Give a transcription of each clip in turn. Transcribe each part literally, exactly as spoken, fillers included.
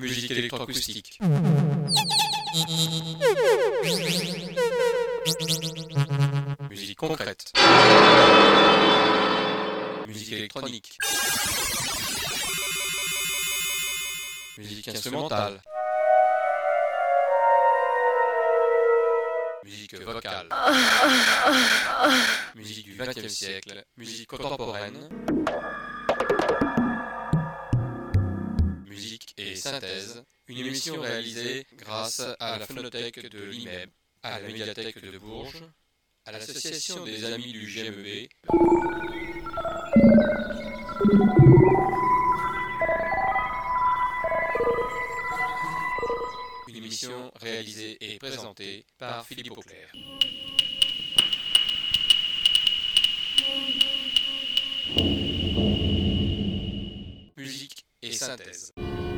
Musique électroacoustique. Musique concrète. Musique électronique. Musique instrumentale. Musique vocale. Musique du vingtième siècle. Musique contemporaine. Musique et synthèse. Une émission réalisée grâce à la phonothèque de l'I M E B, à la médiathèque de Bourges, à l'association des amis du G M E B. Une émission réalisée et présentée par Philippe Auclair. Musique et synthèse.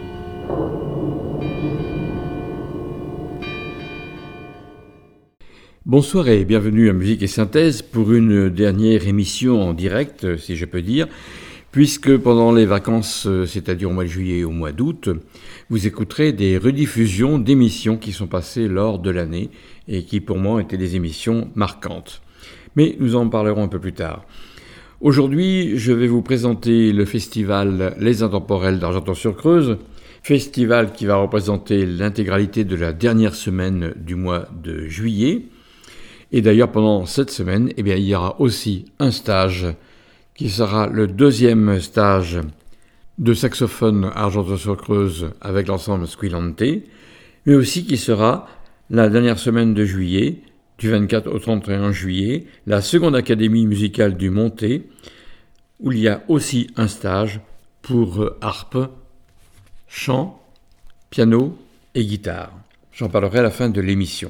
Bonsoir et bienvenue à Musique et Synthèse pour une dernière émission en direct, si je peux dire, puisque pendant les vacances, c'est-à-dire au mois de juillet et au mois d'août, vous écouterez des rediffusions d'émissions qui sont passées lors de l'année et qui pour moi étaient des émissions marquantes. Mais nous en parlerons un peu plus tard. Aujourd'hui, je vais vous présenter le festival Les Intemporels d'Argenton-sur-Creuse, festival qui va représenter l'intégralité de la dernière semaine du mois de juillet. Et d'ailleurs, pendant cette semaine, eh bien, il y aura aussi un stage qui sera le deuxième stage de saxophone Argenton-sur-Creuse avec l'ensemble Squillante, mais aussi qui sera la dernière semaine de juillet, du vingt-quatre au trente et un juillet, la seconde académie musicale du Montet, où il y a aussi un stage pour harpe, chant, piano et guitare. J'en parlerai à la fin de l'émission.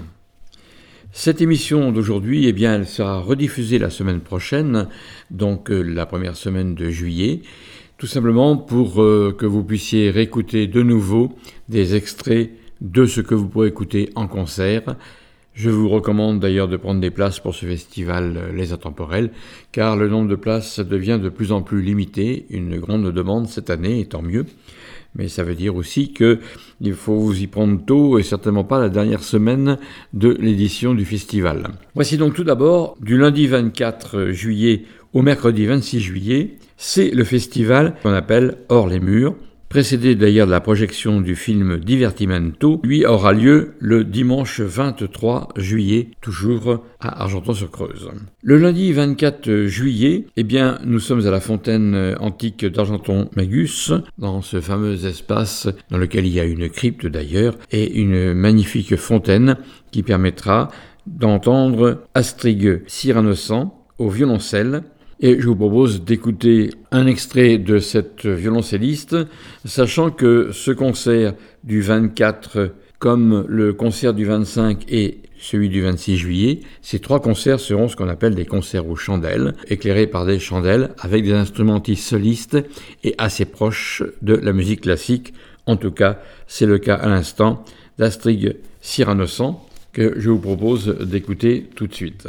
Cette émission d'aujourd'hui, eh bien, elle sera rediffusée la semaine prochaine, donc euh, la première semaine de juillet, tout simplement pour euh, que vous puissiez réécouter de nouveau des extraits de ce que vous pourrez écouter en concert. Je vous recommande d'ailleurs de prendre des places pour ce festival euh, Les Intemporels, car le nombre de places devient de plus en plus limité, une grande demande cette année, et tant mieux. Mais ça veut dire aussi qu'il faut vous y prendre tôt et certainement pas la dernière semaine de l'édition du festival. Voici donc tout d'abord, du lundi vingt-quatre juillet au mercredi vingt-six juillet, c'est le festival qu'on appelle Hors les murs, précédé d'ailleurs de la projection du film Divertimento. Lui aura lieu le dimanche vingt-trois juillet, toujours à Argenton-sur-Creuse. Le lundi vingt-quatre juillet, eh bien, nous sommes à la fontaine antique d'Argenton-Magus, dans ce fameux espace dans lequel il y a une crypte d'ailleurs, et une magnifique fontaine qui permettra d'entendre Astrid Cyranocen au violoncelle. Et je vous propose d'écouter un extrait de cette violoncelliste, sachant que ce concert du vingt-quatre, comme le concert du vingt-cinq et celui du vingt-six juillet, ces trois concerts seront ce qu'on appelle des concerts aux chandelles, éclairés par des chandelles avec des instrumentistes solistes et assez proches de la musique classique. En tout cas, c'est le cas à l'instant d'Astrid Cyranocen, que je vous propose d'écouter tout de suite.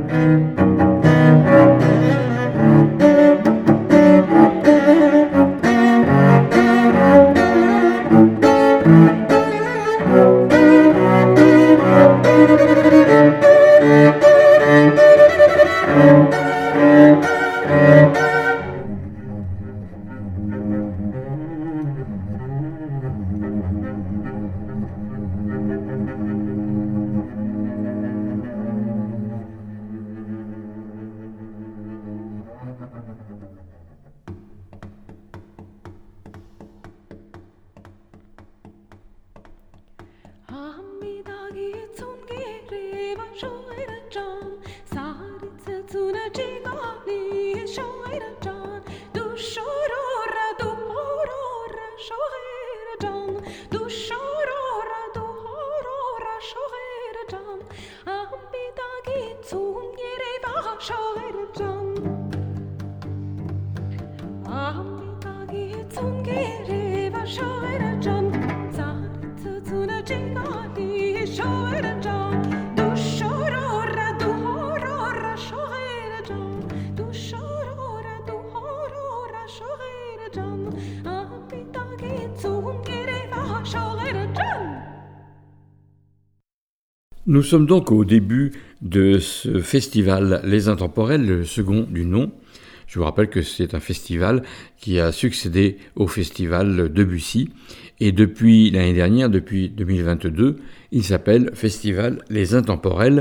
Nous sommes donc au début de ce festival Les Intemporels, le second du nom. Je vous rappelle que c'est un festival qui a succédé au festival Debussy. Et depuis l'année dernière, depuis deux mille vingt-deux, il s'appelle Festival Les Intemporels.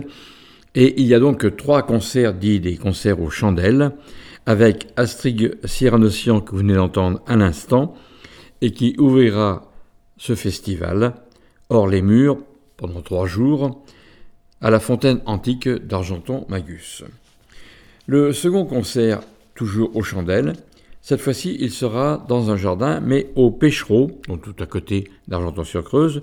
Et il y a donc trois concerts dits des concerts aux chandelles, avec Astrid Cyranossian que vous venez d'entendre à l'instant, et qui ouvrira ce festival hors les murs pendant trois jours, à la fontaine antique d'Argenton-Magus. Le second concert, toujours aux chandelles, cette fois-ci il sera dans un jardin, mais au Pêchereau, donc tout à côté d'Argenton-sur-Creuse,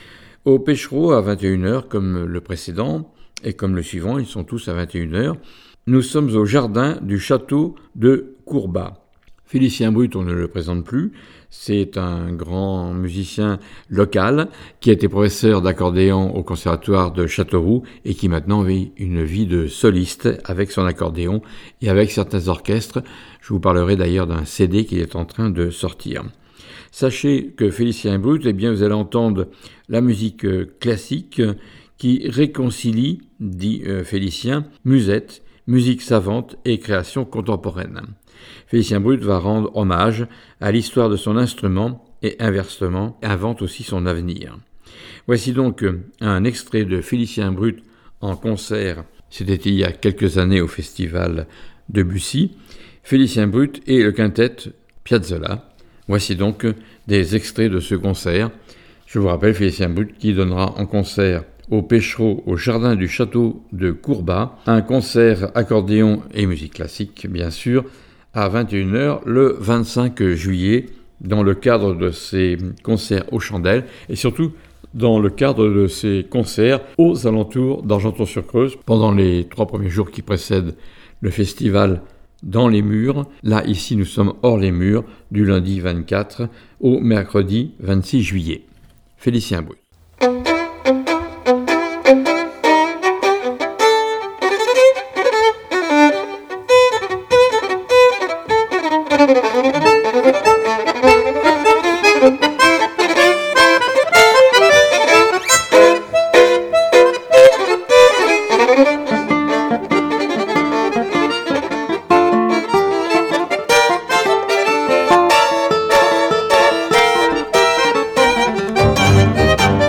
au Pêchereau à vingt et une heures comme le précédent, et comme le suivant, ils sont tous à vingt et une heures. Nous sommes au jardin du château de Courbat. Félicien Brut, on ne le présente plus, c'est un grand musicien local qui a été professeur d'accordéon au conservatoire de Châteauroux et qui maintenant vit une vie de soliste avec son accordéon et avec certains orchestres. Je vous parlerai d'ailleurs d'un C D qu'il est en train de sortir. Sachez que Félicien Brut, eh bien, vous allez entendre la musique classique qui réconcilie, dit euh, Félicien, musette, musique savante et création contemporaine. Félicien Brut va rendre hommage à l'histoire de son instrument et inversement invente aussi son avenir. Voici donc un extrait de Félicien Brut en concert, c'était il y a quelques années au festival Debussy, Félicien Brut et le quintet Piazzolla. Voici donc des extraits de ce concert. Je vous rappelle Félicien Brut qui donnera en concert au Pêchereau, au jardin du château de Courbat, un concert accordéon et musique classique, bien sûr, à vingt et une heures le vingt-cinq juillet, dans le cadre de ces concerts aux chandelles, et surtout dans le cadre de ces concerts aux alentours d'Argenton-sur-Creuse, pendant les trois premiers jours qui précèdent le festival dans les murs. Là, ici, nous sommes hors les murs, du lundi vingt-quatre au mercredi vingt-six juillet. Félicien Brut. Thank you.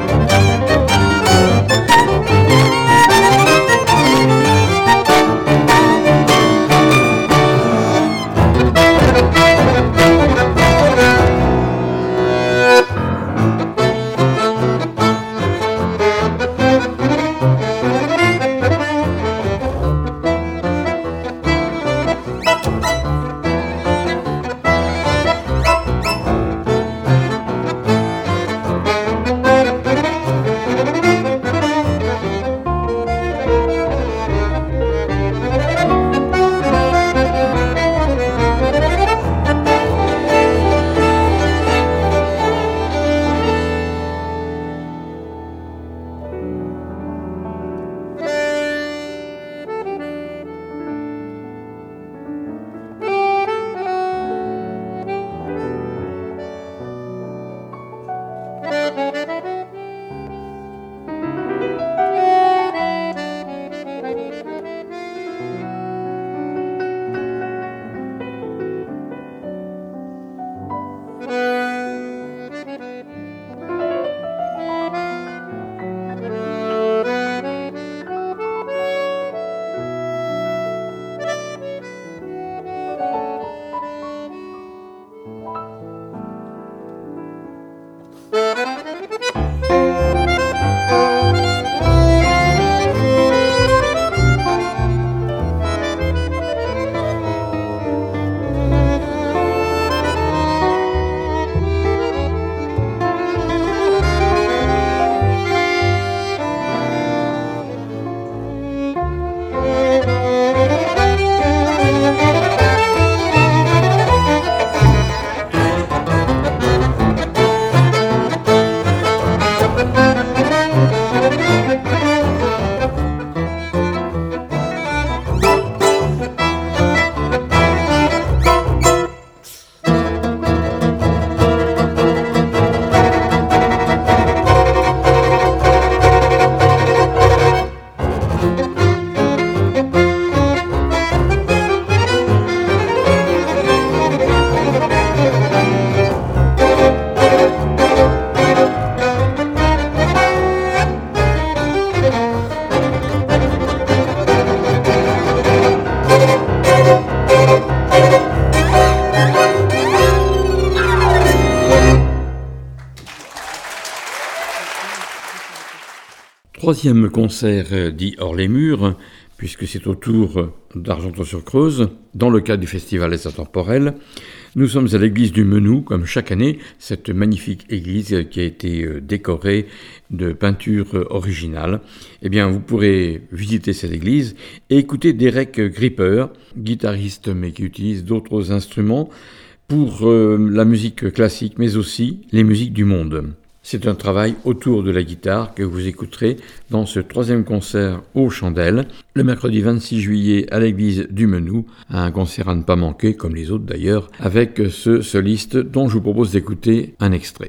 troisième concert dit hors les murs, puisque c'est au tour d'Argenton-sur-Creuse, dans le cadre du Festival des Intemporels. Nous sommes à l'église du Menou, comme chaque année, cette magnifique église qui a été décorée de peintures originales. Eh bien, vous pourrez visiter cette église et écouter Derek Gripper, guitariste mais qui utilise d'autres instruments pour euh, la musique classique, mais aussi les musiques du monde. C'est un travail autour de la guitare que vous écouterez dans ce troisième concert aux Chandelles, le mercredi vingt-six juillet à l'église du Menou, un concert à ne pas manquer, comme les autres d'ailleurs, avec ce soliste dont je vous propose d'écouter un extrait.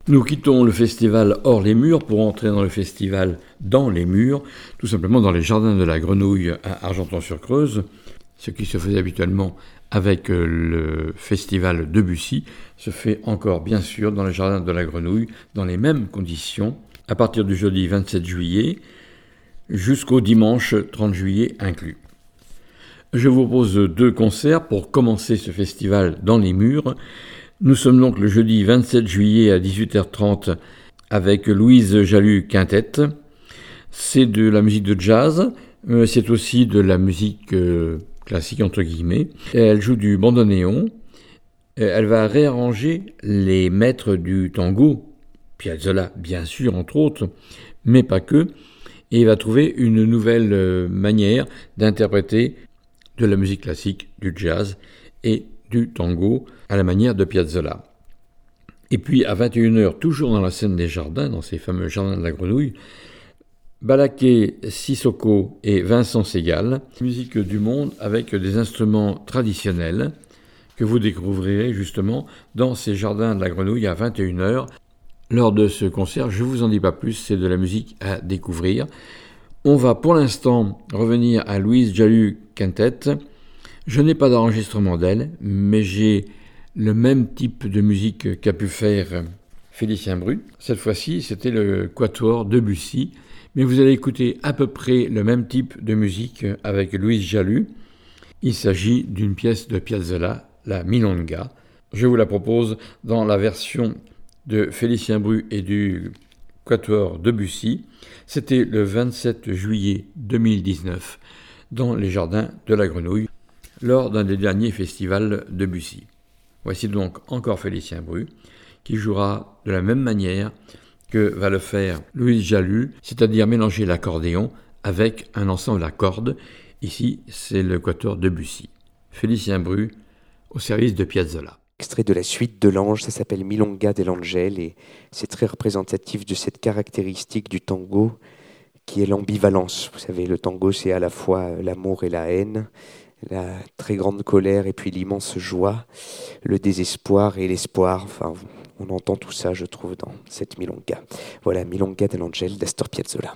Nous quittons le festival hors les murs pour entrer dans le festival dans les murs, tout simplement dans les jardins de la Grenouille à Argenton-sur-Creuse, ce qui se faisait habituellement avec le festival Debussy, se fait encore bien sûr dans les jardins de la Grenouille, dans les mêmes conditions, à partir du jeudi vingt-sept juillet jusqu'au dimanche trente juillet inclus. Je vous propose deux concerts pour commencer ce festival dans les murs. Nous sommes donc le jeudi vingt-sept juillet à dix-huit heures trente avec Louise Jalut Quintet. C'est de la musique de jazz, c'est aussi de la musique classique entre guillemets. Elle joue du bandoneon. Elle va réarranger les maîtres du tango, Piazzolla bien sûr entre autres, mais pas que, et va trouver une nouvelle manière d'interpréter de la musique classique, du jazz et du tango à la manière de Piazzolla. Et puis à vingt et une heures, toujours dans la scène des jardins, dans ces fameux jardins de la Grenouille, Balaké Sissoko et Vincent Segal, musique du monde avec des instruments traditionnels que vous découvrirez justement dans ces jardins de la Grenouille à vingt et une heures. Lors de ce concert, je ne vous en dis pas plus, c'est de la musique à découvrir. On va pour l'instant revenir à Louise Jalut Quintet. Je n'ai pas d'enregistrement d'elle, mais j'ai le même type de musique qu'a pu faire Félicien Bru. Cette fois-ci, c'était le Quatuor Debussy, mais vous allez écouter à peu près le même type de musique avec Louise Jalut. Il s'agit d'une pièce de Piazzolla, la Milonga. Je vous la propose dans la version de Félicien Bru et du Quatuor Debussy. C'était le vingt-sept juillet deux mille dix-neuf dans les jardins de la Grenouille lors d'un des derniers festivals Debussy. Voici donc encore Félicien Bru qui jouera de la même manière que va le faire Louise Jalut, c'est-à-dire mélanger l'accordéon avec un ensemble à cordes. Ici, c'est le Quatuor Debussy. Félicien Bru au service de Piazzolla. Extrait de la suite de l'Ange, ça s'appelle Milonga dell'Angel et c'est très représentatif de cette caractéristique du tango qui est l'ambivalence. Vous savez, le tango, c'est à la fois l'amour et la haine, la très grande colère et puis l'immense joie, le désespoir et l'espoir. Enfin, on entend tout ça, je trouve, dans cette Milonga. Voilà, Milonga dell'Angel d'Astor Piazzolla.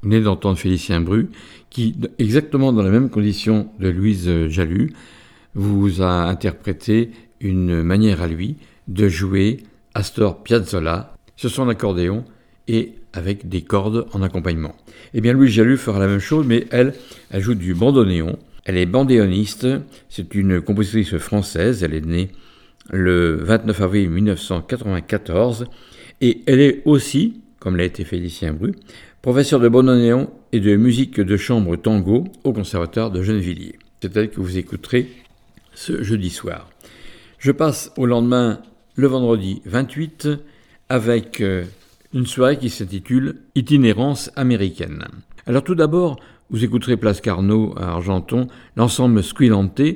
Vous venez d'entendre Félicien Bru, qui, exactement dans la même condition de Louise Jalus, vous a interprété une manière à lui de jouer Astor Piazzolla sur son accordéon et avec des cordes en accompagnement. Eh bien, Louise Jalus fera la même chose, mais elle, elle joue du bandoneon. Elle est bandéoniste, c'est une compositrice française, elle est née le vingt-neuf avril mille neuf cent quatre-vingt-quatorze, et elle est aussi, comme l'a été Félicien Bru, professeure de bandoneon et de musique de chambre tango au Conservatoire de Gennevilliers. C'est elle que vous écouterez ce jeudi soir. Je passe au lendemain, le vendredi vingt-huit, avec une soirée qui s'intitule « Itinérance américaine ». Alors tout d'abord, vous écouterez Place Carnot à Argenton, l'ensemble Squillante et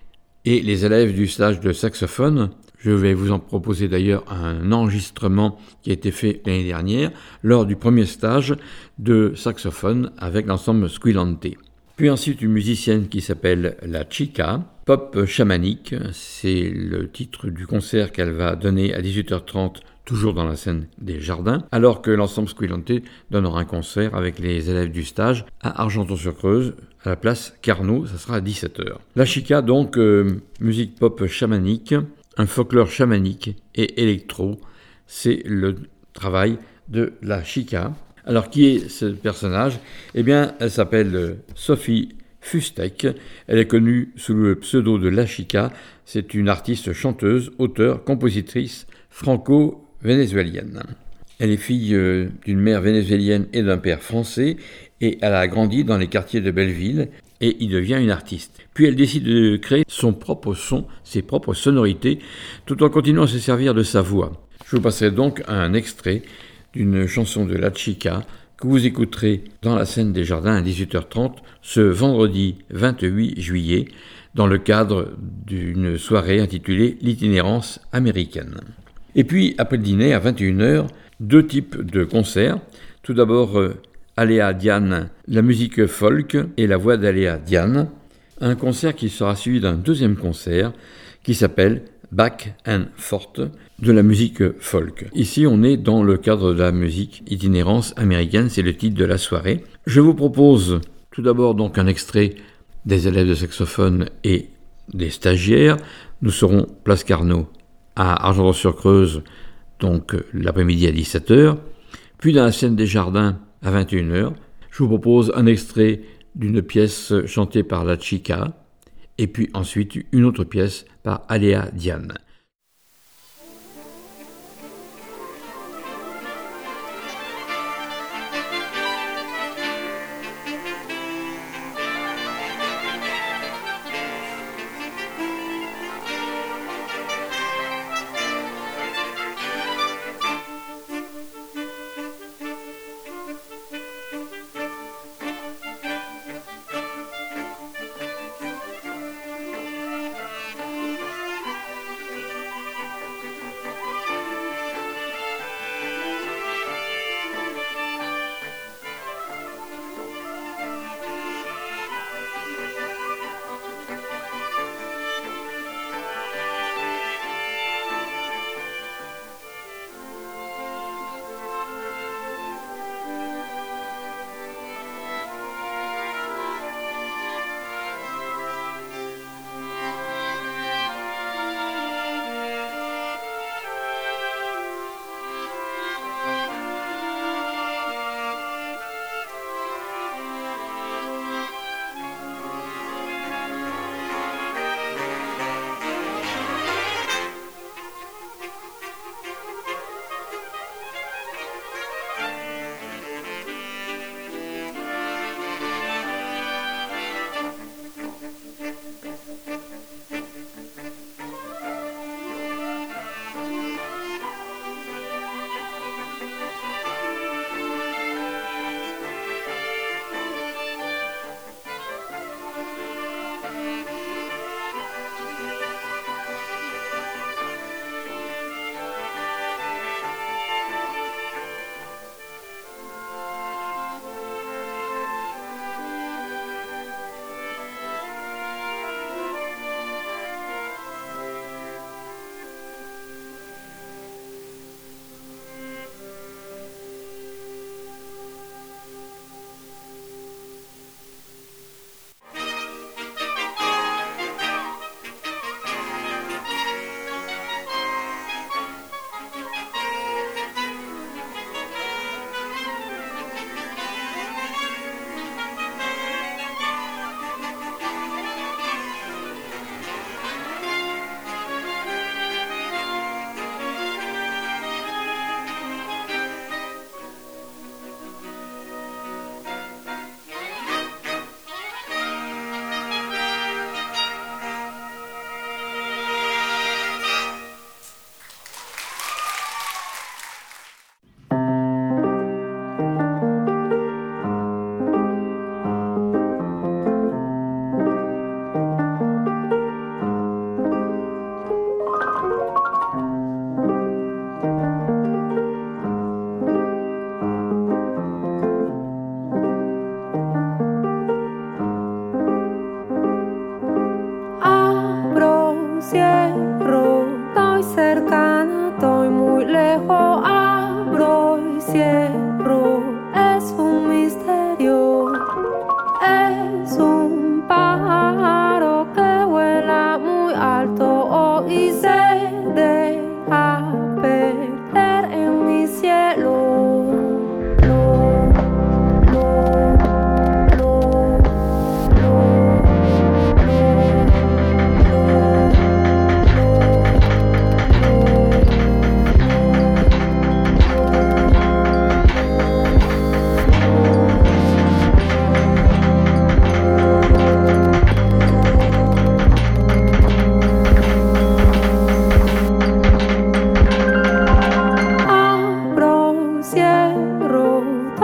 les élèves du stage de saxophone. Je vais vous en proposer d'ailleurs un enregistrement qui a été fait l'année dernière lors du premier stage de saxophone avec l'ensemble Squillante. Puis ensuite une musicienne qui s'appelle La Chica, pop chamanique, c'est le titre du concert qu'elle va donner à dix-huit heures trente, toujours dans la scène des Jardins, alors que l'ensemble Squillante donnera un concert avec les élèves du stage à Argenton-sur-Creuse, à la place Carnot, ça sera à dix-sept heures. La Chica, donc, euh, musique pop chamanique, un folklore chamanique et électro, c'est le travail de La Chica. Alors, qui est ce personnage ? Eh bien, elle s'appelle Sophie Fustek. Elle est connue sous le pseudo de La Chica. C'est une artiste chanteuse, auteure, compositrice franco-vénézuélienne. Elle est fille euh, d'une mère vénézuélienne et d'un père français, et elle a grandi dans les quartiers de Belleville, et y devient une artiste. Puis elle décide de créer son propre son, ses propres sonorités, tout en continuant à se servir de sa voix. Je vous passerai donc un extrait d'une chanson de La Chica que vous écouterez dans la scène des Jardins à dix-huit heures trente ce vendredi vingt-huit juillet dans le cadre d'une soirée intitulée L'itinérance américaine. Et puis après le dîner à vingt et une heures, deux types de concerts. Tout d'abord euh, Aléa Diane, la musique folk et la voix d'Aléa Diane, un concert qui sera suivi d'un deuxième concert qui s'appelle Back and Forth, de la musique folk. Ici, on est dans le cadre de la musique itinérance américaine, c'est le titre de la soirée. Je vous propose tout d'abord donc un extrait des élèves de saxophone et des stagiaires. Nous serons place Carnot à Argenton-sur-Creuse, donc l'après-midi à dix-sept heures. Puis dans la scène des Jardins à vingt et une heures, je vous propose un extrait d'une pièce chantée par La Chica, et puis ensuite une autre pièce par Aléa Diane.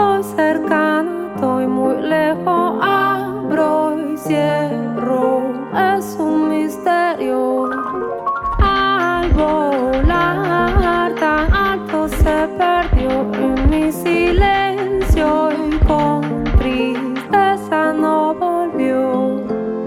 estoy cercano, estoy muy lejos, abro y cierro, es un misterio. Al volar tan alto se perdió en mi silencio y con tristeza no volvió.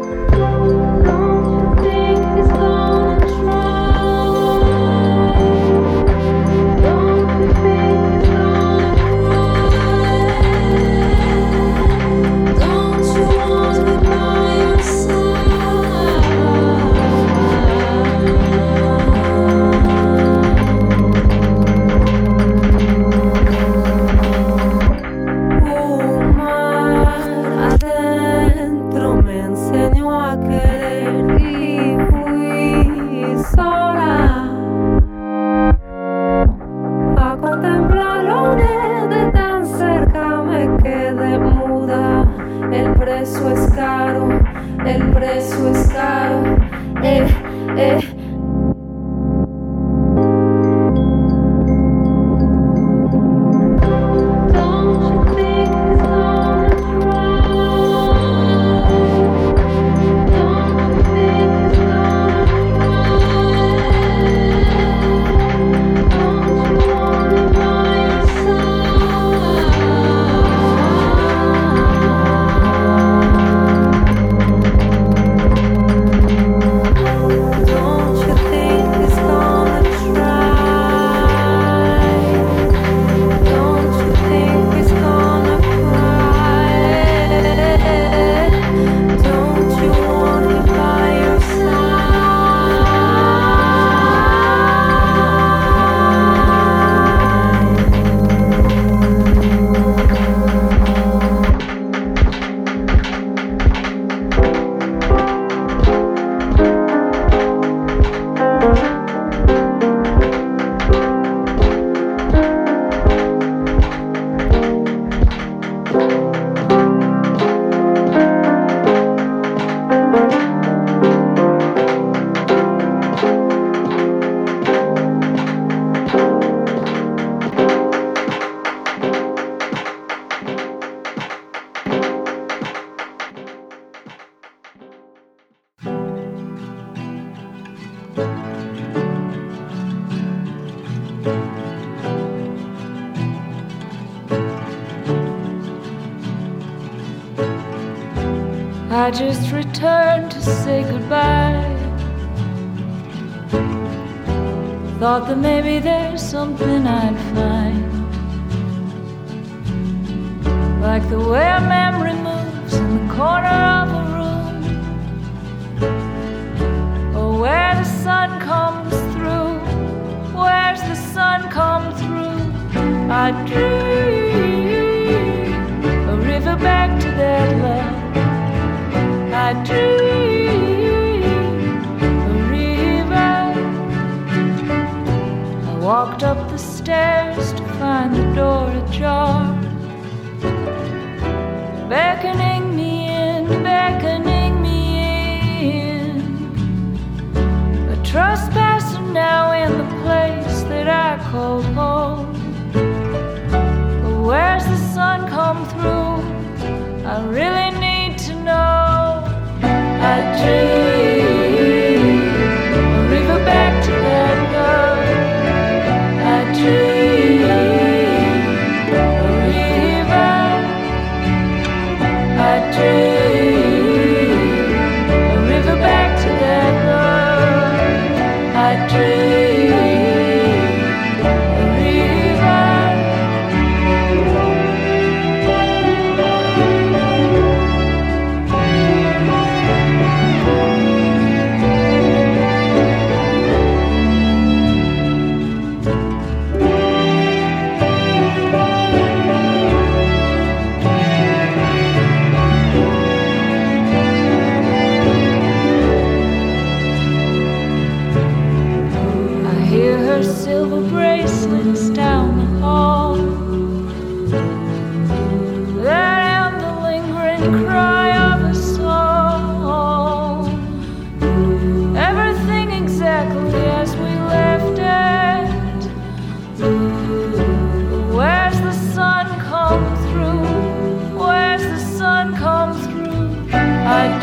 I just returned to say goodbye. Thought that maybe there's something I'd find, like the way a memory moves in the corner of a room, or where the sun comes through. Where's the sun come through? I dream a river back to that love. I dream a river. I walked up the stairs to find the door ajar, beckoning me in, beckoning me in. A trespasser now in the place that I called home. But where's the sun come through? I really need to know. I dream a river back to that love. I dream a river. I dream a river back to that love. I dream a river. Silver bracelets down the hall, that and the lingering cry of a song. Everything exactly as we left it. Where's the sun come through?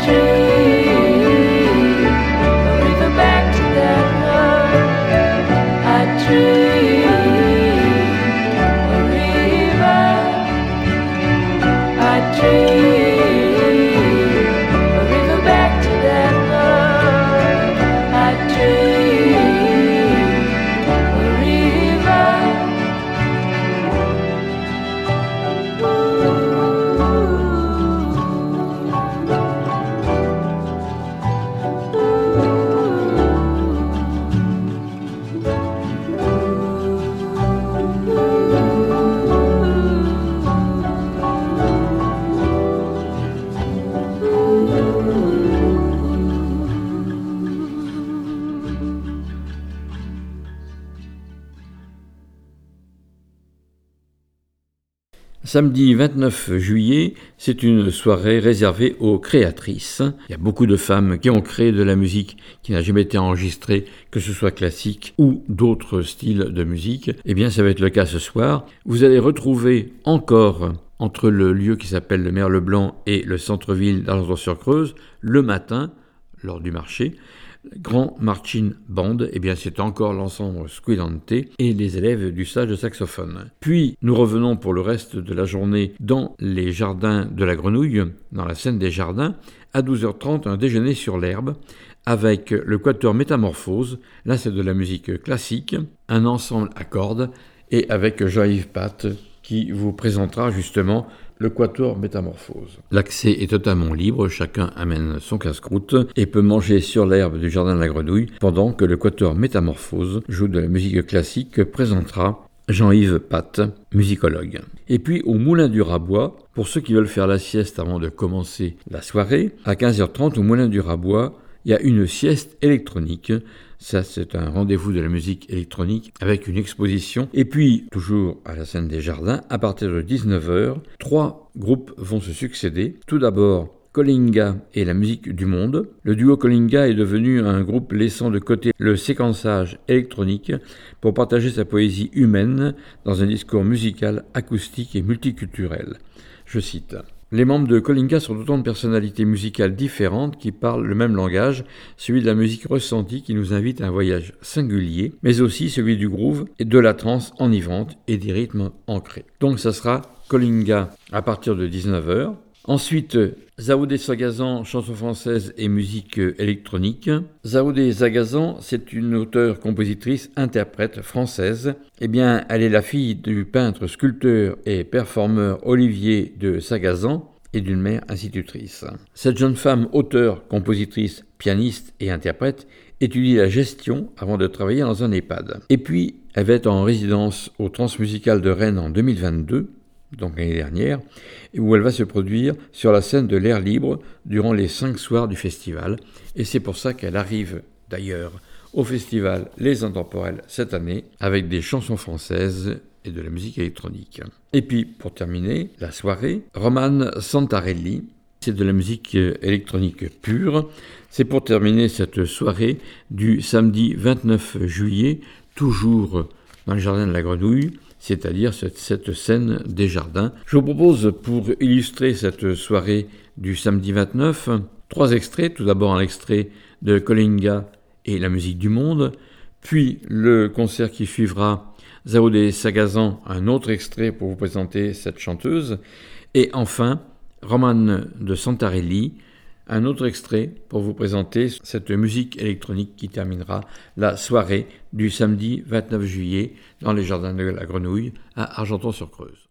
Samedi vingt-neuf juillet, c'est une soirée réservée aux créatrices. Il y a beaucoup de femmes qui ont créé de la musique qui n'a jamais été enregistrée, que ce soit classique ou d'autres styles de musique. Eh bien, ça va être le cas ce soir. Vous allez retrouver encore, entre le lieu qui s'appelle le Merle Blanc et le centre-ville d'Argenton-sur-Creuse, le matin, lors du marché, Grand Marching Band, eh bien c'est encore l'ensemble Squillante et les élèves du stage de saxophone. Puis nous revenons pour le reste de la journée dans les jardins de la Grenouille, dans la scène des jardins, à douze heures trente, un déjeuner sur l'herbe avec le quatuor Métamorphose, là c'est de la musique classique, un ensemble à cordes et avec Jean-Yves Pat qui vous présentera justement le quatuor Métamorphose. L'accès est totalement libre, chacun amène son casse-croûte et peut manger sur l'herbe du jardin de la Grenouille pendant que le quatuor Métamorphose joue de la musique classique que présentera Jean-Yves Pat, musicologue. Et puis au Moulin du Rabois, pour ceux qui veulent faire la sieste avant de commencer la soirée, à quinze heures trente au Moulin du Rabois, il y a une sieste électronique. Ça, c'est un rendez-vous de la musique électronique avec une exposition. Et puis, toujours à la scène des jardins, à partir de dix-neuf heures, trois groupes vont se succéder. Tout d'abord, Colinga et la musique du monde. Le duo Colinga est devenu un groupe laissant de côté le séquençage électronique pour partager sa poésie humaine dans un discours musical, acoustique et multiculturel. Je cite. Les membres de Colinga sont autant de personnalités musicales différentes qui parlent le même langage, celui de la musique ressentie qui nous invite à un voyage singulier, mais aussi celui du groove et de la trance enivrante et des rythmes ancrés. Donc ça sera Colinga à partir de dix-neuf heures. Ensuite, Zaoudé Sagazan, chanson française et musique électronique. Zaoudé Sagazan, c'est une auteure-compositrice interprète française. Eh bien, elle est la fille du peintre, sculpteur et performeur Olivier de Sagazan et d'une mère institutrice. Cette jeune femme auteure, compositrice, pianiste et interprète étudie la gestion avant de travailler dans un EHPAD. Et puis, elle va être en résidence au Transmusical de Rennes en deux mille vingt-deux, donc l'année dernière, où elle va se produire sur la scène de l'air libre durant les cinq soirs du festival. Et c'est pour ça qu'elle arrive d'ailleurs au festival Les Intemporels cette année avec des chansons françaises et de la musique électronique. Et puis, pour terminer la soirée, Roman Santarelli, c'est de la musique électronique pure. C'est pour terminer cette soirée du samedi vingt-neuf juillet, toujours dans le jardin de la Grenouille, c'est-à-dire cette, cette scène des jardins. Je vous propose, pour illustrer cette soirée du samedi vingt-neuf, trois extraits. Tout d'abord un extrait de Colinga et la musique du monde, puis le concert qui suivra, Zaoudé Sagazan, un autre extrait pour vous présenter cette chanteuse, et enfin Roman de Santarelli, un autre extrait pour vous présenter cette musique électronique qui terminera la soirée du samedi vingt-neuf juillet dans les jardins de la Grenouille à Argenton-sur-Creuse.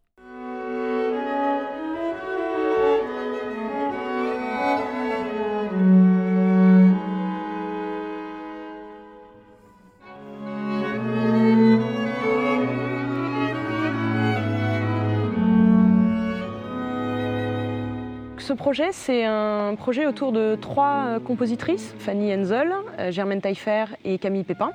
Ce projet, c'est un projet autour de trois compositrices, Fanny Henzel, Germaine Taillefer et Camille Pépin.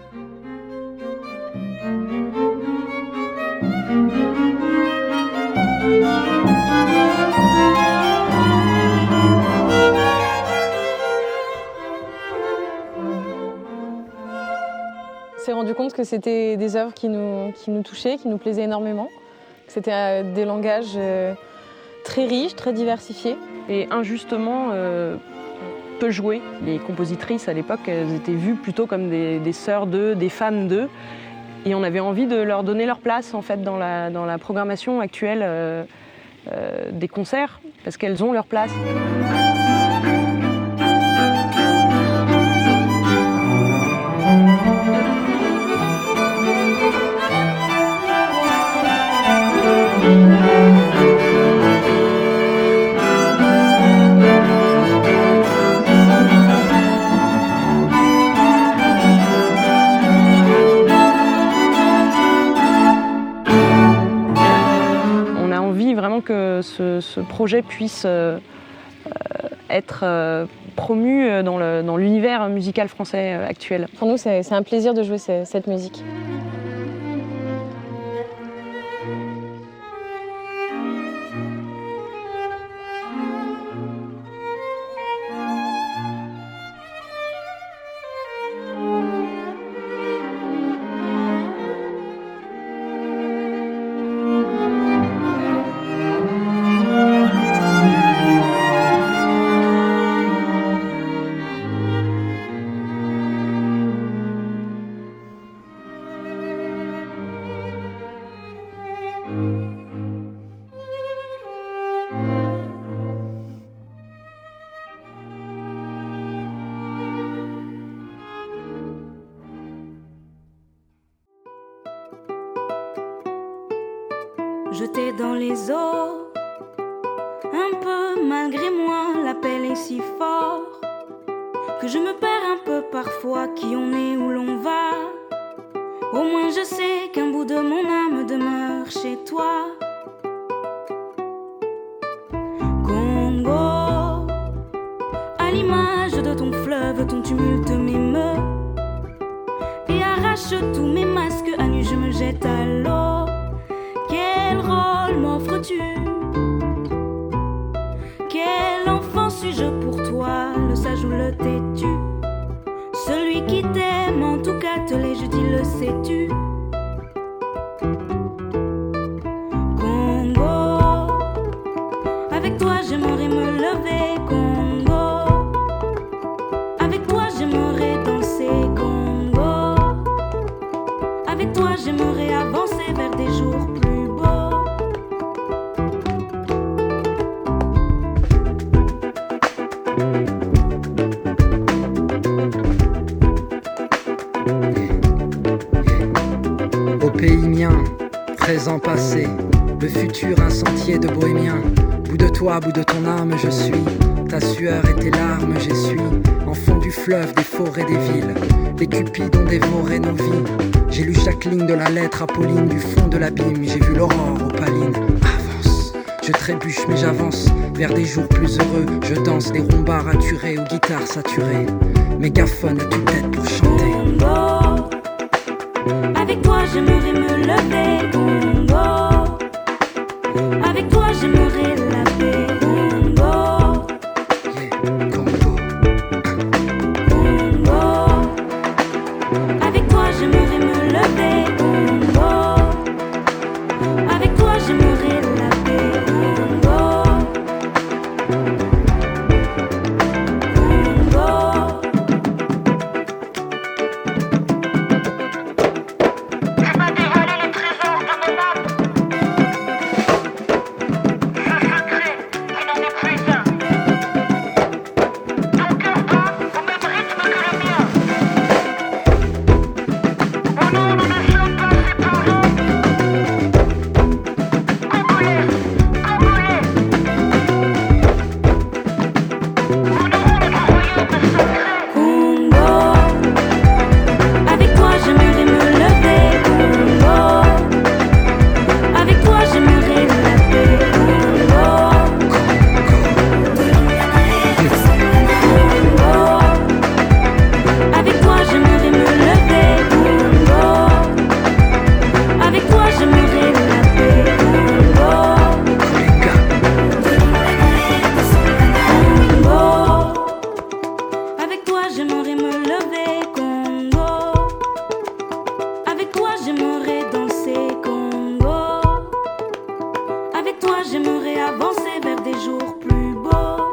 On s'est rendu compte que c'était des œuvres qui nous, qui nous touchaient, qui nous plaisaient énormément, que c'était des langages très riche, très diversifié et injustement euh, peu joué. Les compositrices à l'époque, elles étaient vues plutôt comme des, des sœurs d'eux, des femmes d'eux. Et on avait envie de leur donner leur place en fait, dans, la, dans la programmation actuelle euh, euh, des concerts, parce qu'elles ont leur place. Que ce, ce projet puisse euh, être euh, promu dans, le, dans l'univers musical français actuel. Pour nous, c'est, c'est un plaisir de jouer ce, cette musique. Jeté dans les eaux, un peu malgré moi, l'appel est si fort que je me perds un peu parfois qui on est, où l'on va. Au moins je sais qu'un bout de mon âme demeure chez toi. Congo, à l'image de ton fleuve, ton tumulte m'émeut et arrache tous mes masques. À nu je me jette à l'eau. Quel rôle m'offres-tu? Quel enfant suis-je pour toi, le sage ou le têtu? Celui qui t'aime, en tout cas te l'ai, je dis, le sais-tu? Congo, avec toi j'aimerais me lever. Congo, avec toi j'aimerais danser. Congo, avec toi j'aimerais avancer vers des jours plus. Au pays mien, présent, passé, le futur un sentier de bohémien. Bout de toi, bout de ton âme, je suis. Ta sueur et tes larmes, j'essuie. Enfant du fleuve, des forêts, des villes. Les cupides ont dévoré nos vies. J'ai lu chaque ligne de la lettre Apolline du fond de l'abîme. J'ai vu l'aurore opaline. Avance, je trébuche mais j'avance vers des jours plus heureux. Je danse des rombards raturés aux guitares saturées. Mégaphone à tue-tête pour chanter. Congo, avec toi j'aimerais me lever. Congo, avec toi j'aimerais la paix. Congo, yeah, Congo. Congo, avec toi j'aimerais me lever. Congo, avec toi j'aimerais la paix. Congo, Congo. Tu m'as dévoilé les trésors de mon âme. Avec toi j'aimerais avancer vers des jours plus beaux.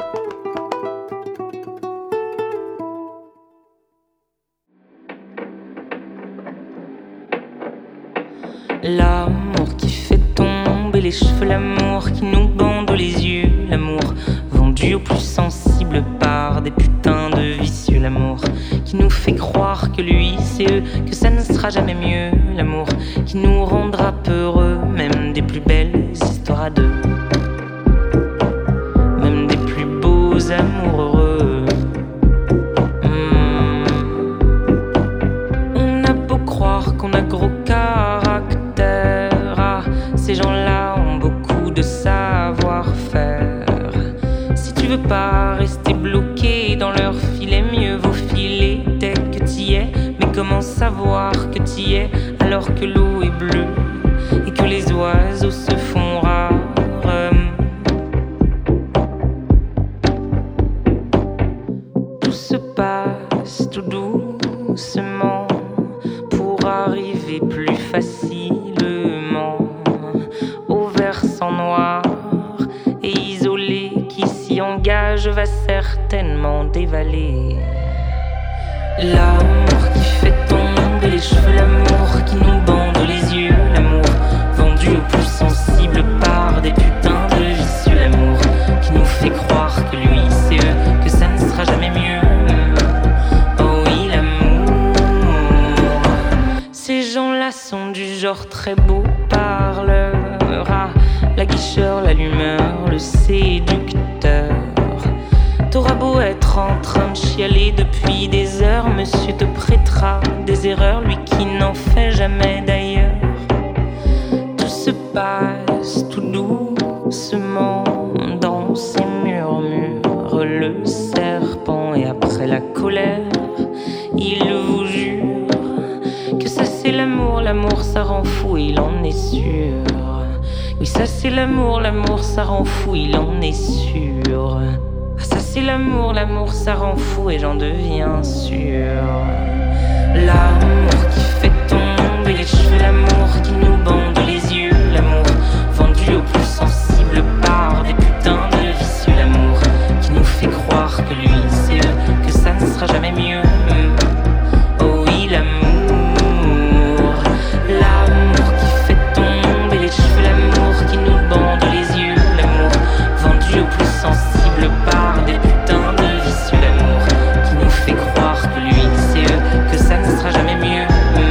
L'amour qui fait tomber les cheveux, l'amour qui nous bande les yeux, l'amour vendu aux plus sensibles par des putains de vicieux, l'amour qui nous fait croire que lui c'est eux, que ça ne sera jamais mieux, l'amour qui nous rendra peureux, même des plus belles histoires à deux, même des plus beaux amours heureux. Mmh. On a beau croire qu'on a gros caractère, ah, ces gens-là ont beaucoup de savoir-faire. Si tu veux pas rester bloqué dans leur filet, mieux vaut filer dès que t'y es. Mais comment savoir que t'y es alors que l'eau est bleue et que les oiseaux se font rares? Tout se passe tout doucement pour arriver plus facilement au versant noir et isolé qui s'y engage va certainement dévaler. L'amour qui fait tomber les cheveux, l'amour qui nous bande les yeux, l'amour vendu aux plus sensibles par des putains de vicieux, l'amour qui nous fait croire que lui c'est eux, que ça ne sera jamais mieux. Oh oui, l'amour. Ces gens-là sont du genre très beau parleur, ah, la guicheur, l'allumeur, le séducteur. T'auras beau être en train de chialer depuis des heures, monsieur te prêtera des erreurs, lui qui n'en fait jamais d'ailleurs. Tout se passe tout doucement dans ces murmures, le serpent et après la colère, il vous jure que ça c'est l'amour, l'amour ça rend fou, il en est sûr. Oui ça c'est l'amour, l'amour ça rend fou, il en est sûr. Ah ça c'est l'amour, l'amour ça rend fou et j'en deviens sûr. L'amour qui fait tomber les cheveux, l'amour qui nous bande les yeux, l'amour vendu aux plus sensibles par des putains de vicieux, l'amour qui nous fait croire que lui c'est eux, que ça ne sera jamais mieux. Oh oui l'amour, l'amour qui fait tomber les cheveux, l'amour qui nous bande les yeux, l'amour vendu aux plus sensibles par des putains de vicieux, l'amour qui nous fait croire que lui c'est eux, que ça ne sera jamais mieux.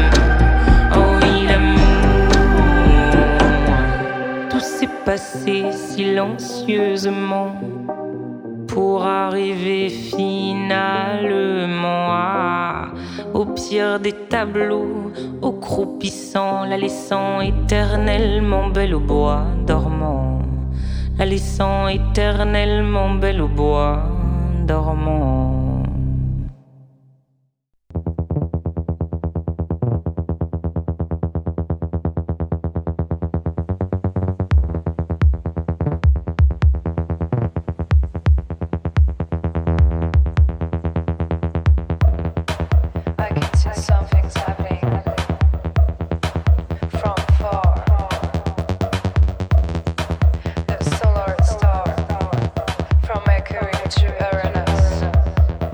Oh oui l'amour. Tout s'est passé silencieusement pour arriver finalement à, au pire des tableaux, au croupissant, la laissant éternellement belle au bois dormant, la laissant éternellement belle au bois dormant. From Mercury to Uranus,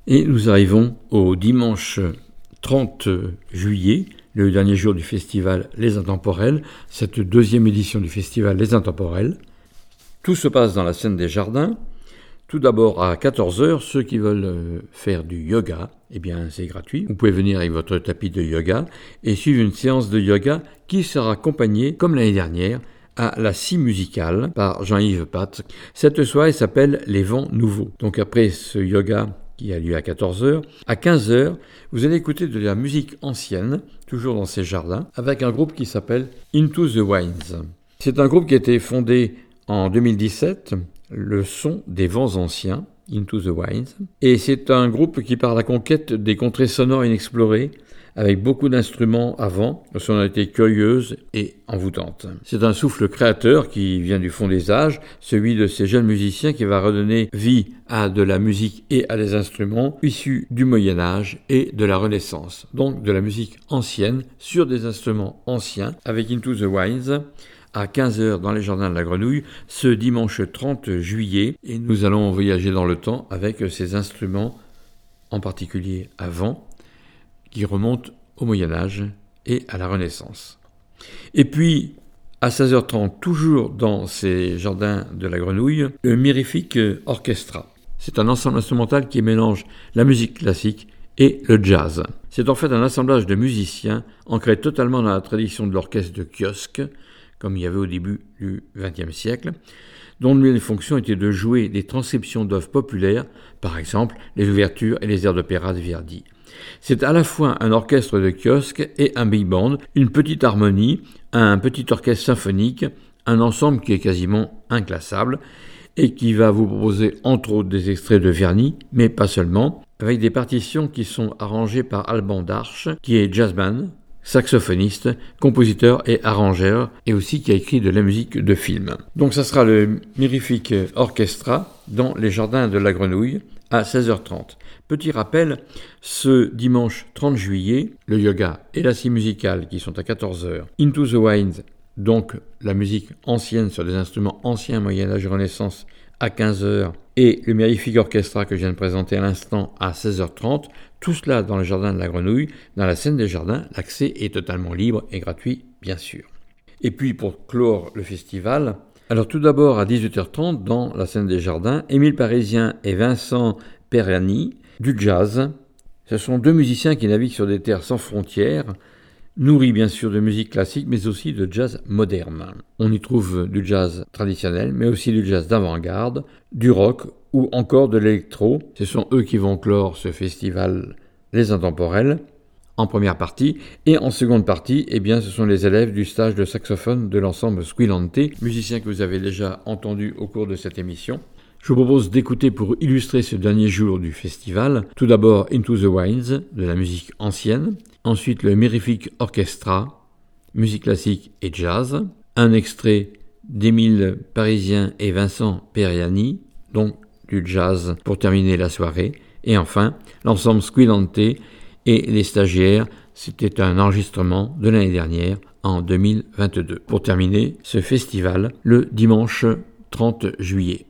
Et nous arrivons au dimanche trente juillet, le dernier jour du festival Les Intemporels, cette deuxième édition du festival Les Intemporels. Tout se passe dans la scène des Jardins. Tout d'abord à quatorze heures, ceux qui veulent faire du yoga, eh bien c'est gratuit. Vous pouvez venir avec votre tapis de yoga et suivre une séance de yoga qui sera accompagnée, comme l'année dernière, à la scie musicale par Jean-Yves Pat. Cette soirée s'appelle Les Vents Nouveaux. Donc après ce yoga qui a lieu à quatorze heures, à quinze heures, vous allez écouter de la musique ancienne, toujours dans ces jardins, avec un groupe qui s'appelle Into the Winds. C'est un groupe qui a été fondé en deux mille dix-sept, le son des vents anciens, Into the Winds, et c'est un groupe qui part à la conquête des contrées sonores inexplorées, avec beaucoup d'instruments à vent, de sonorités curieuses et envoûtantes. C'est un souffle créateur qui vient du fond des âges, celui de ces jeunes musiciens qui va redonner vie à de la musique et à des instruments issus du Moyen-Âge et de la Renaissance. Donc de la musique ancienne sur des instruments anciens, avec Into the Winds, à quinze heures dans les Jardins de la Grenouille, ce dimanche trente juillet, et nous allons voyager dans le temps avec ces instruments, en particulier à vent, qui remontent au Moyen-Âge et à la Renaissance. Et puis, à seize heures trente, toujours dans ces Jardins de la Grenouille, le Mirific Orchestra. C'est un ensemble instrumental qui mélange la musique classique et le jazz. C'est en fait un assemblage de musiciens ancrés totalement dans la tradition de l'orchestre de kiosque, comme il y avait au début du vingtième siècle, dont l'une des fonctions était de jouer des transcriptions d'œuvres populaires, par exemple les ouvertures et les airs d'opéra de Verdi. C'est à la fois un orchestre de kiosque et un big band, une petite harmonie, un petit orchestre symphonique, un ensemble qui est quasiment inclassable et qui va vous proposer entre autres des extraits de Verdi, mais pas seulement, avec des partitions qui sont arrangées par Alban Darche, qui est jazzman, saxophoniste, compositeur et arrangeur, et aussi qui a écrit de la musique de film. Donc ça sera le Mirific Orchestra dans les Jardins de la Grenouille à seize heures trente. Petit rappel, ce dimanche trente juillet, le yoga et la scie musicale qui sont à quatorze heures, Into the Winds, donc la musique ancienne sur des instruments anciens, Moyen-Âge et Renaissance à quinze heures, et le Mirific Orchestra que je viens de présenter à l'instant à seize heures trente, tout cela dans le Jardin de la Grenouille, dans la scène des Jardins. L'accès est totalement libre et gratuit, bien sûr. Et puis pour clore le festival, alors tout d'abord à dix-huit heures trente, dans la scène des Jardins, Émile Parisien et Vincent Perriani, du jazz. Ce sont deux musiciens qui naviguent sur des terres sans frontières, nourris bien sûr de musique classique, mais aussi de jazz moderne. On y trouve du jazz traditionnel, mais aussi du jazz d'avant-garde, du rock ou encore de l'électro. Ce sont eux qui vont clore ce festival Les Intemporels en première partie, et en seconde partie, eh bien, ce sont les élèves du stage de saxophone de l'ensemble Squillante, musiciens que vous avez déjà entendus au cours de cette émission. Je vous propose d'écouter pour illustrer ce dernier jour du festival, tout d'abord Into the Winds, de la musique ancienne, ensuite le Mirific Orchestra, musique classique et jazz, un extrait d'Émile Parisien et Vincent Perriani, donc du jazz pour terminer la soirée, et enfin l'ensemble Squillante et les stagiaires. C'était un enregistrement de l'année dernière en deux mille vingt-deux. Pour terminer ce festival le dimanche trente juillet.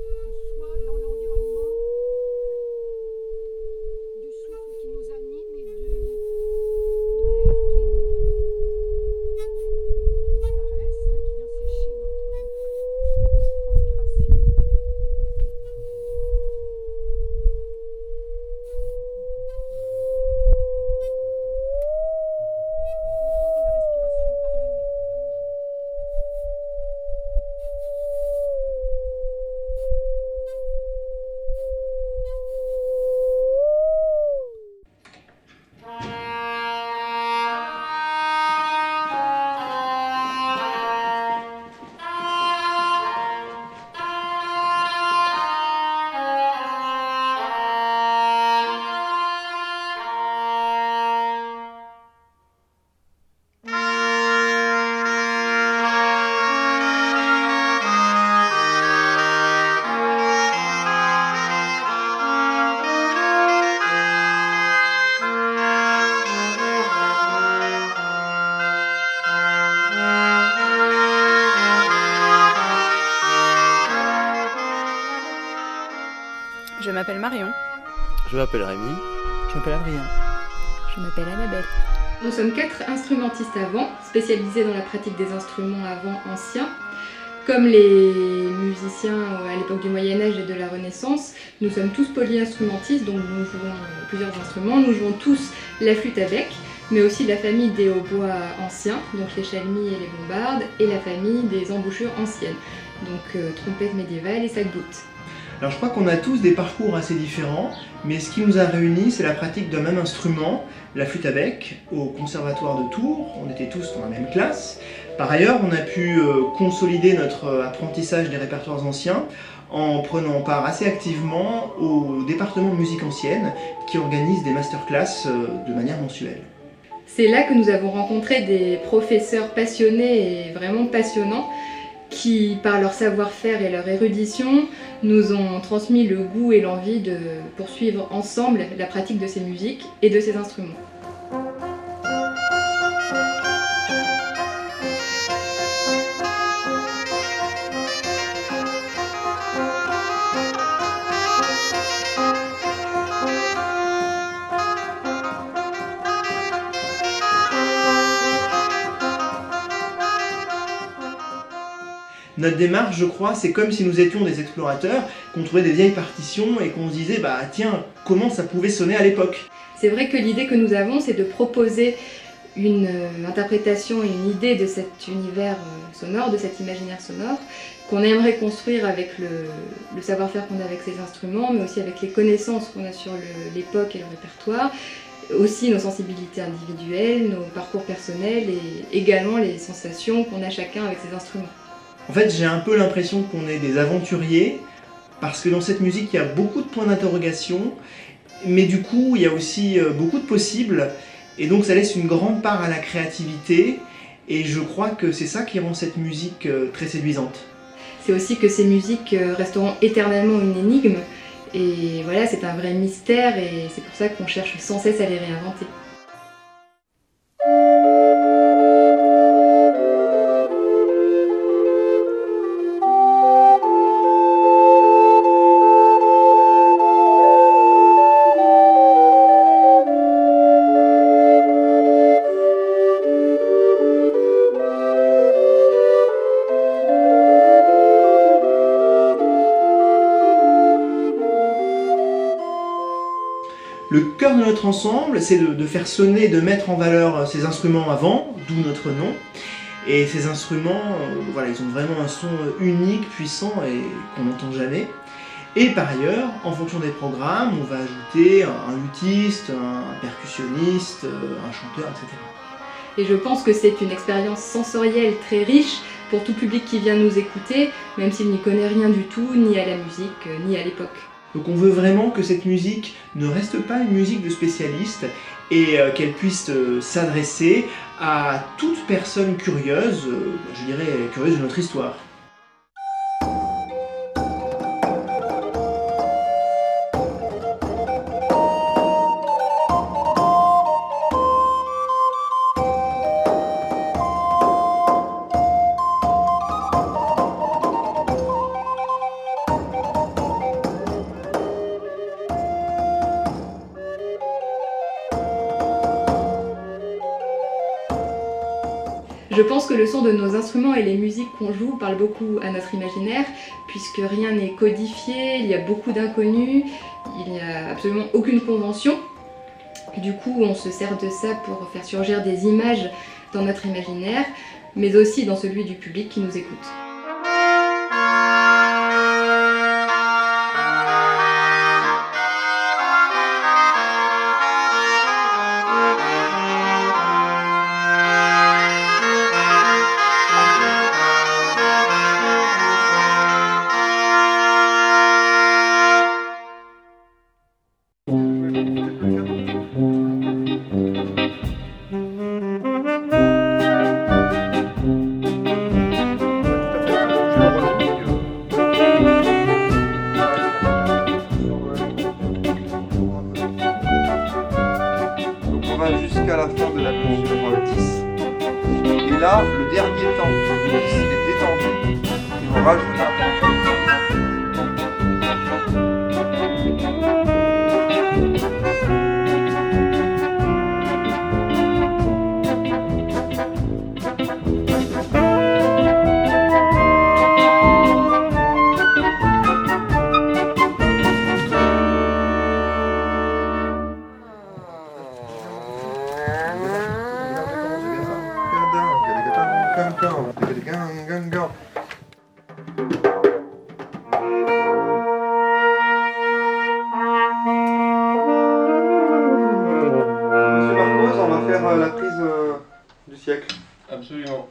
Qui nous anime et Je m'appelle Marion. Je m'appelle Rémi. Je m'appelle Adrien. Je m'appelle Annabelle. Nous sommes quatre instrumentistes à vent, spécialisés dans la pratique des instruments à vent anciens. Comme les musiciens à l'époque du Moyen-Âge et de la Renaissance, nous sommes tous polyinstrumentistes, donc nous jouons plusieurs instruments. Nous jouons tous la flûte à bec, mais aussi la famille des hautbois anciens, donc les chalmis et les bombardes, et la famille des embouchures anciennes, donc euh, trompettes médiévales et sac-boutes. Alors je crois qu'on a tous des parcours assez différents, mais ce qui nous a réunis, c'est la pratique d'un même instrument, la flûte à bec, au conservatoire de Tours. On était tous dans la même classe. Par ailleurs, on a pu euh, consolider notre euh, apprentissage des répertoires anciens en prenant part assez activement au département de musique ancienne qui organise des masterclass euh, de manière mensuelle. C'est là que nous avons rencontré des professeurs passionnés et vraiment passionnants qui, par leur savoir-faire et leur érudition, nous ont transmis le goût et l'envie de poursuivre ensemble la pratique de ces musiques et de ces instruments. Notre démarche, je crois, c'est comme si nous étions des explorateurs, qu'on trouvait des vieilles partitions et qu'on se disait, bah tiens, comment ça pouvait sonner à l'époque ? C'est vrai que l'idée que nous avons, c'est de proposer une euh, interprétation et une idée de cet univers euh, sonore, de cet imaginaire sonore, qu'on aimerait construire avec le, le savoir-faire qu'on a avec ces instruments, mais aussi avec les connaissances qu'on a sur le, l'époque et le répertoire, aussi nos sensibilités individuelles, nos parcours personnels et également les sensations qu'on a chacun avec ces instruments. En fait, j'ai un peu l'impression qu'on est des aventuriers, parce que dans cette musique, il y a beaucoup de points d'interrogation, mais du coup, il y a aussi beaucoup de possibles, et donc ça laisse une grande part à la créativité, et je crois que c'est ça qui rend cette musique très séduisante. C'est aussi que ces musiques resteront éternellement une énigme, et voilà, c'est un vrai mystère, et c'est pour ça qu'on cherche sans cesse à les réinventer. Le cœur de notre ensemble, c'est de, de faire sonner, de mettre en valeur ces instruments à vent, d'où notre nom. Et ces instruments, euh, voilà, ils ont vraiment un son unique, puissant et qu'on n'entend jamais. Et par ailleurs, en fonction des programmes, on va ajouter un, un luthiste, un percussionniste, un chanteur, et cetera. Et je pense que c'est une expérience sensorielle très riche pour tout public qui vient nous écouter, même s'il n'y connaît rien du tout, ni à la musique, ni à l'époque. Donc on veut vraiment que cette musique ne reste pas une musique de spécialiste et euh, qu'elle puisse euh, s'adresser à toute personne curieuse, euh, je dirais curieuse de notre histoire. Je pense que le son de nos instruments et les musiques qu'on joue parlent beaucoup à notre imaginaire, puisque rien n'est codifié, il y a beaucoup d'inconnus, il n'y a absolument aucune convention. Du coup, on se sert de ça pour faire surgir des images dans notre imaginaire, mais aussi dans celui du public qui nous écoute. Jusqu'à la fin de la mesure dix. Et là, le dernier temps du dix est détendu. Et on rajoute un temps. faire euh, la prise euh, du siècle. Absolument.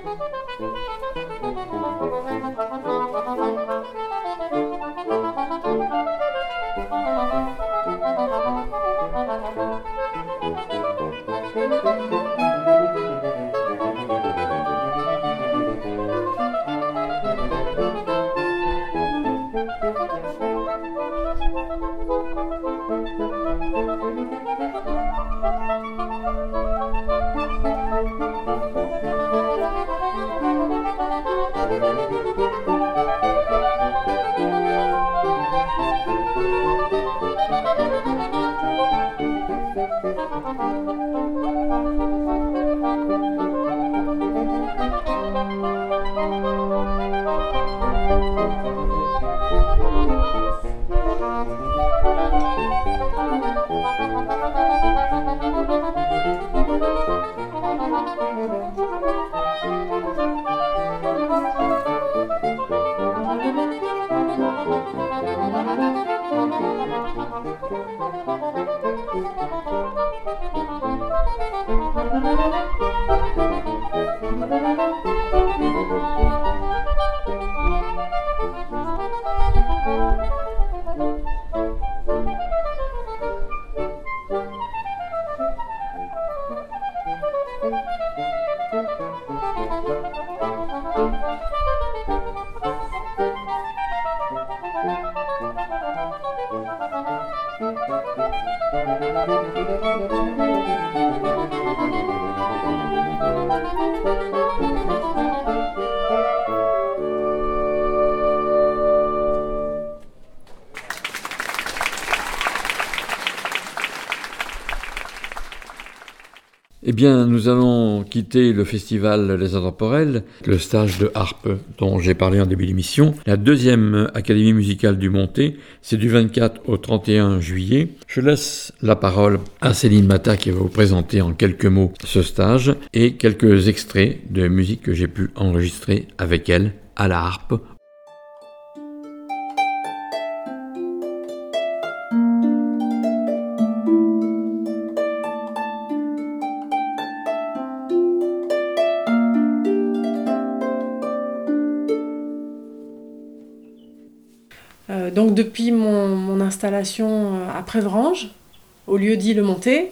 Thank you. Eh bien, nous allons quitter le festival Les Intemporels, le stage de harpe dont j'ai parlé en début d'émission. La deuxième Académie musicale du Montet, c'est du vingt-quatre au trente et un juillet. Je laisse la parole à Céline Mata qui va vous présenter en quelques mots ce stage et quelques extraits de musique que j'ai pu enregistrer avec elle à la harpe. Donc depuis mon, mon installation à Prévranges, au lieu-dit Le Montet,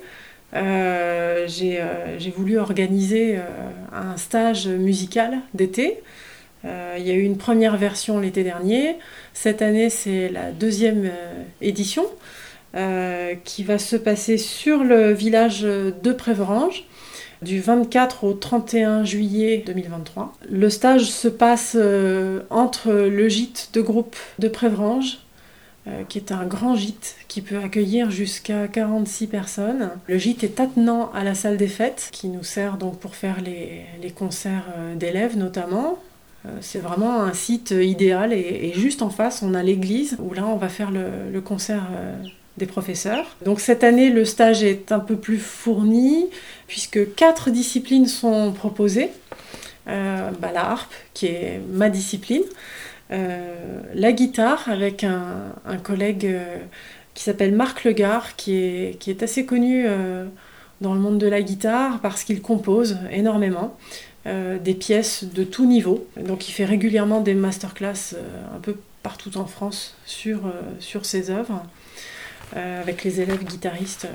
euh, j'ai, euh, j'ai voulu organiser euh, un stage musical d'été. Euh, il y a eu une première version l'été dernier. Cette année, c'est la deuxième euh, édition euh, qui va se passer sur le village de Prévranges, du vingt-quatre au trente et un juillet deux mille vingt-trois. Le stage se passe euh, entre le gîte de groupe de Prévranges, euh, qui est un grand gîte qui peut accueillir jusqu'à quarante-six personnes. Le gîte est attenant à la salle des fêtes, qui nous sert donc pour faire les, les concerts d'élèves notamment. Euh, c'est vraiment un site idéal et, et juste en face, on a l'église où là, on va faire le, le concert euh, des professeurs. Donc cette année, le stage est un peu plus fourni, puisque quatre disciplines sont proposées. Euh, bah, la harpe, qui est ma discipline, euh, la guitare, avec un, un collègue euh, qui s'appelle Marc Legard, qui est, qui est assez connu euh, dans le monde de la guitare, parce qu'il compose énormément euh, des pièces de tout niveau. Donc il fait régulièrement des masterclass euh, un peu partout en France sur, euh, sur ses œuvres. Euh, avec les élèves guitaristes.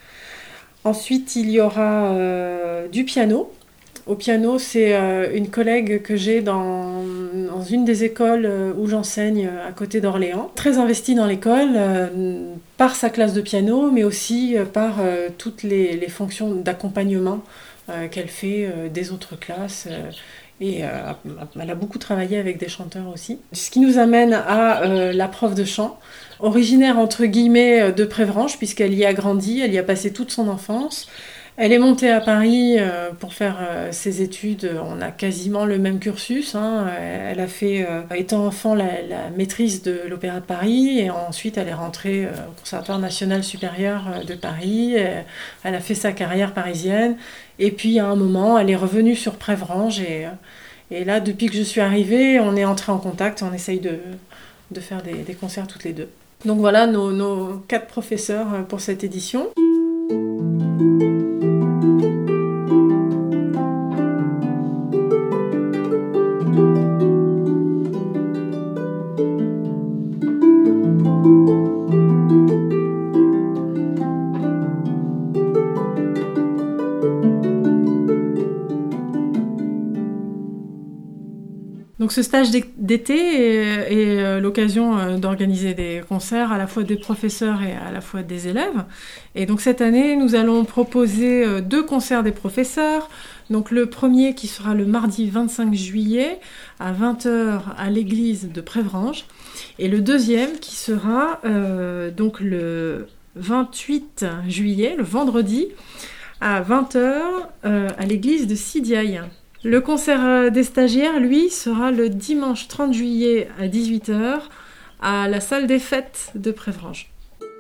Ensuite, il y aura euh, du piano. Au piano, c'est euh, une collègue que j'ai dans, dans une des écoles où j'enseigne à côté d'Orléans. Très investie dans l'école, euh, par sa classe de piano, mais aussi euh, par euh, toutes les, les fonctions d'accompagnement euh, qu'elle fait euh, des autres classes. Euh, Et euh, elle a beaucoup travaillé avec des chanteurs aussi. Ce qui nous amène à euh, la prof de chant, originaire entre guillemets de Prévranges, puisqu'elle y a grandi, elle y a passé toute son enfance. Elle est montée à Paris euh, pour faire euh, ses études. On a quasiment le même cursus. Hein. Elle a fait, euh, étant enfant, la, la maîtrise de l'Opéra de Paris, et ensuite elle est rentrée euh, au Conservatoire national supérieur de Paris. Elle a fait sa carrière parisienne. Et puis à un moment, elle est revenue sur Prévranges. Et, et là, depuis que je suis arrivée, on est entré en contact. On essaye de, de faire des, des concerts toutes les deux. Donc voilà nos, nos quatre professeurs pour cette édition. Donc ce stage d'été est, est l'occasion d'organiser des concerts à la fois des professeurs et à la fois des élèves. Et donc cette année, nous allons proposer deux concerts des professeurs. Donc le premier qui sera le mardi vingt-cinq juillet à vingt heures à l'église de Prévranges. Et le deuxième qui sera euh, donc le vingt-huit juillet, le vendredi, à vingt heures, euh, à l'église de Sidiaille. Le concert des stagiaires, lui, sera le dimanche trente juillet à dix-huit heures, à la salle des fêtes de Prévrange.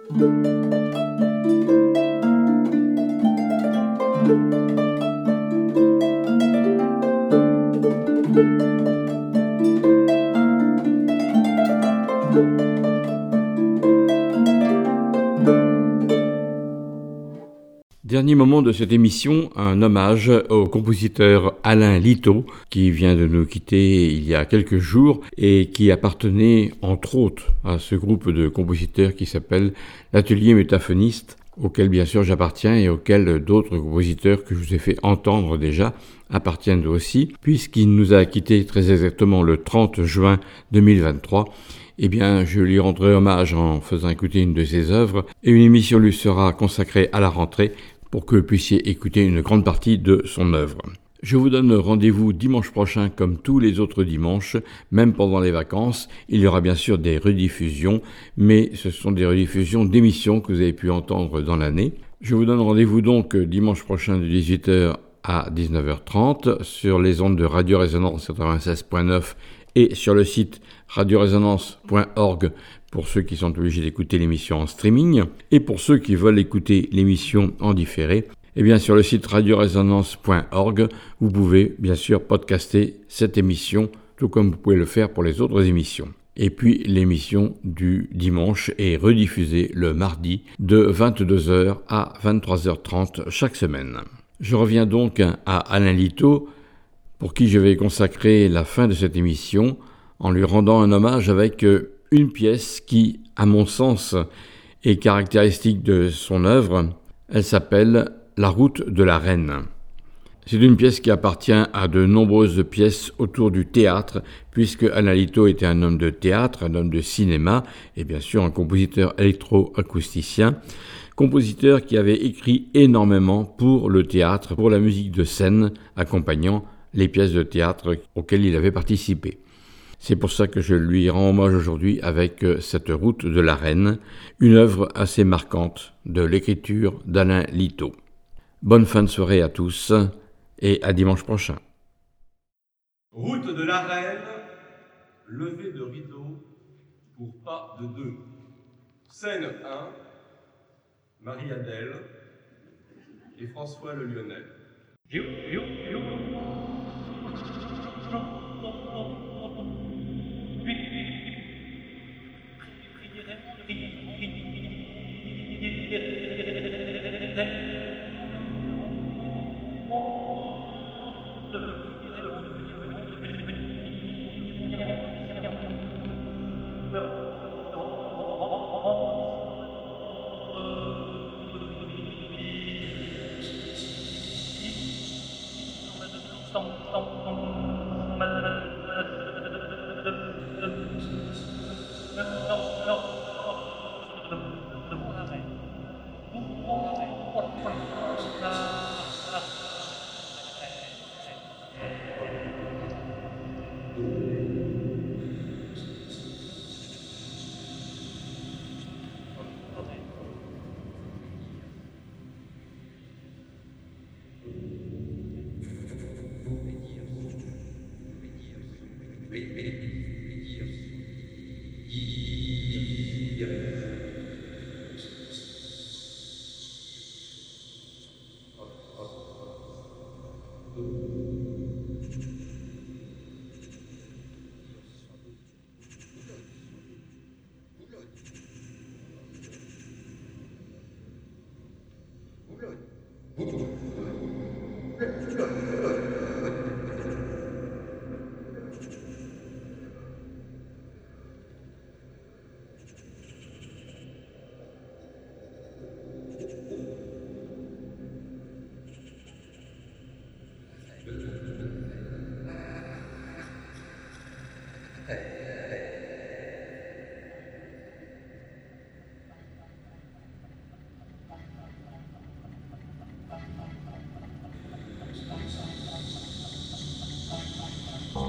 Dernier moment de cette émission, un hommage au compositeur Alain Litaud, qui vient de nous quitter il y a quelques jours et qui appartenait entre autres à ce groupe de compositeurs qui s'appelle l'Atelier Métaphoniste, auquel bien sûr j'appartiens et auquel d'autres compositeurs que je vous ai fait entendre déjà appartiennent aussi, puisqu'il nous a quittés très exactement le trente juin deux mille vingt-trois. Eh bien, je lui rendrai hommage en faisant écouter une de ses œuvres et une émission lui sera consacrée à la rentrée pour que vous puissiez écouter une grande partie de son œuvre. Je vous donne rendez-vous dimanche prochain comme tous les autres dimanches, même pendant les vacances. Il y aura bien sûr des rediffusions, mais ce sont des rediffusions d'émissions que vous avez pu entendre dans l'année. Je vous donne rendez-vous donc dimanche prochain de dix-huit heures à dix-neuf heures trente sur les ondes de Radio Résonance quatre-vingt-seize point neuf et sur le site radio résonance point org pour ceux qui sont obligés d'écouter l'émission en streaming et pour ceux qui veulent écouter l'émission en différé. Eh bien, sur le site radio résonance point org, vous pouvez bien sûr podcaster cette émission, tout comme vous pouvez le faire pour les autres émissions. Et puis, l'émission du dimanche est rediffusée le mardi de vingt-deux heures à vingt-trois heures trente chaque semaine. Je reviens donc à Alain Litaud, pour qui je vais consacrer la fin de cette émission en lui rendant un hommage avec une pièce qui, à mon sens, est caractéristique de son œuvre. Elle s'appelle « La route de la reine ». C'est une pièce qui appartient à de nombreuses pièces autour du théâtre, puisque Alain Litaud était un homme de théâtre, un homme de cinéma, et bien sûr un compositeur électro-acousticien, compositeur qui avait écrit énormément pour le théâtre, pour la musique de scène, accompagnant les pièces de théâtre auxquelles il avait participé. C'est pour ça que je lui rends hommage aujourd'hui avec cette route de la reine, une œuvre assez marquante de l'écriture d'Alain Litaud. Bonne fin de soirée à tous et à dimanche prochain. Route de la reine, levée de rideau pour pas de deux. Scène un, Marie-Adèle et François le Lyonnais.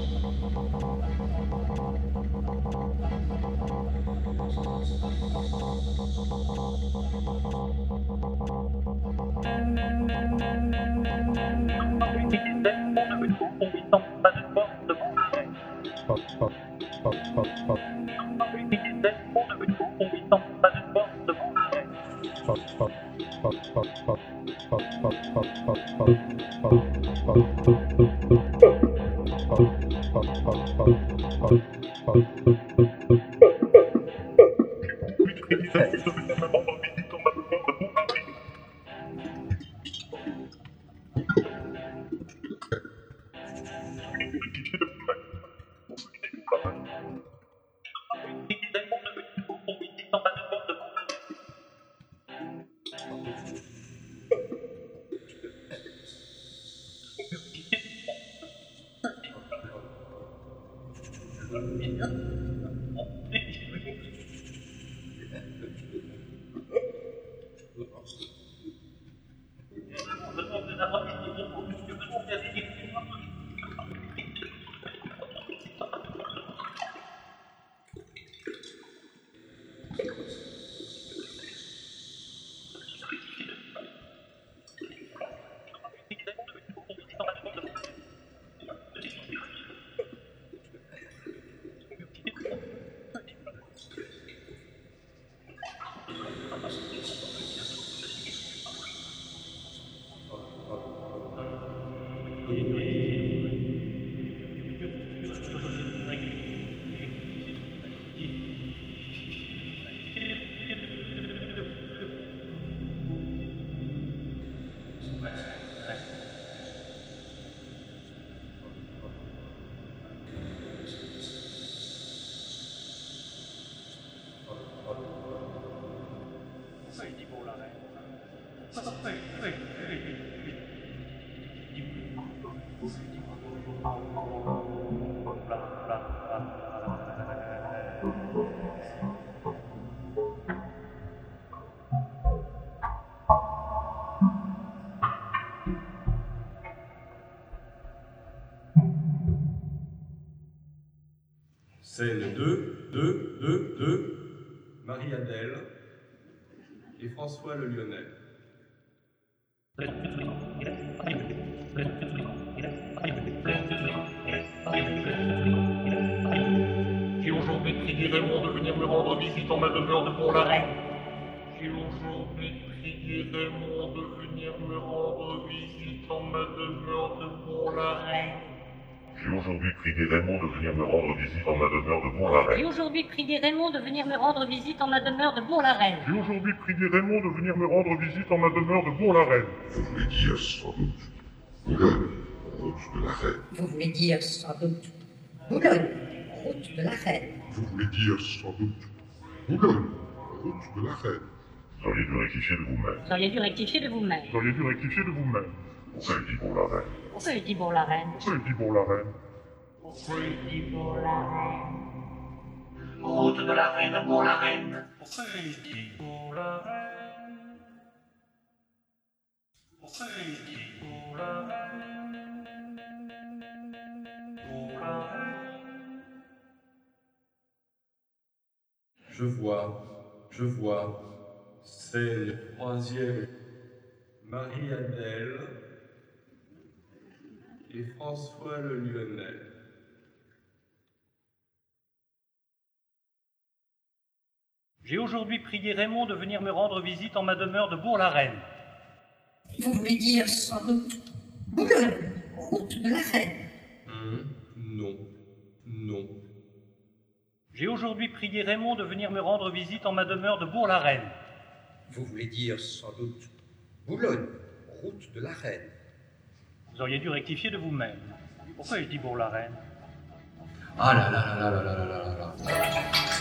Thank you. Scène deux, deux, deux, deux, Marie-Adèle et François le Lyonnais. J'ai aujourd'hui prié Raymond de venir me rendre visite en ma demeure de Pont-la-Reine. J'ai aujourd'hui prié Raymond de venir me rendre visite en ma demeure de Pont-la-Reine. J'ai aujourd'hui prié Raymond de venir me rendre visite en ma demeure de Pont-la-Reine. J'ai aujourd'hui prié Raymond de venir me rendre visite en ma demeure de Pont-la-Reine. J'ai aujourd'hui prié Raymond de venir me rendre visite en ma demeure de Pont-la-Reine. Vous voulez dire sans doute Boulogne, route de la Reine. Vous voulez dire sans doute Boulogne, route de la Reine. Vous voulez dire sans doute Boulogne, route de la Reine. Vous auriez dû rectifier de vous-même. Vous auriez dû rectifier de vous-même. Vous auriez dû rectifier de vous-même. Pourquoi il dit Pont-la-Reine? Pourquoi il dit Pont-la-Reine? Pourquoi il dit Pont-la-Reine? Pourquoi il dit Pont-la-Reine? Route de la Reine, Pont-la-Reine. Pourquoi il dit Pont-la-Reine? Pourquoi il dit Pont-la-Reine? Pont-la-Reine. Je vois, je vois, scène troisième, Marie-Adèle et François le Lyonnais. J'ai aujourd'hui prié Raymond de venir me rendre visite en ma demeure de Bourg-la-Reine. Vous voulez dire sans doute Boulogne, route de la Reine. Hum, non, non. J'ai aujourd'hui prié Raymond de venir me rendre visite en ma demeure de Bourg-la-Reine. Vous voulez dire sans doute Boulogne, route de la Reine. Vous auriez dû rectifier de vous-même. Pourquoi je dis Bourg-la-Reine? Ah là là là là là là là là là.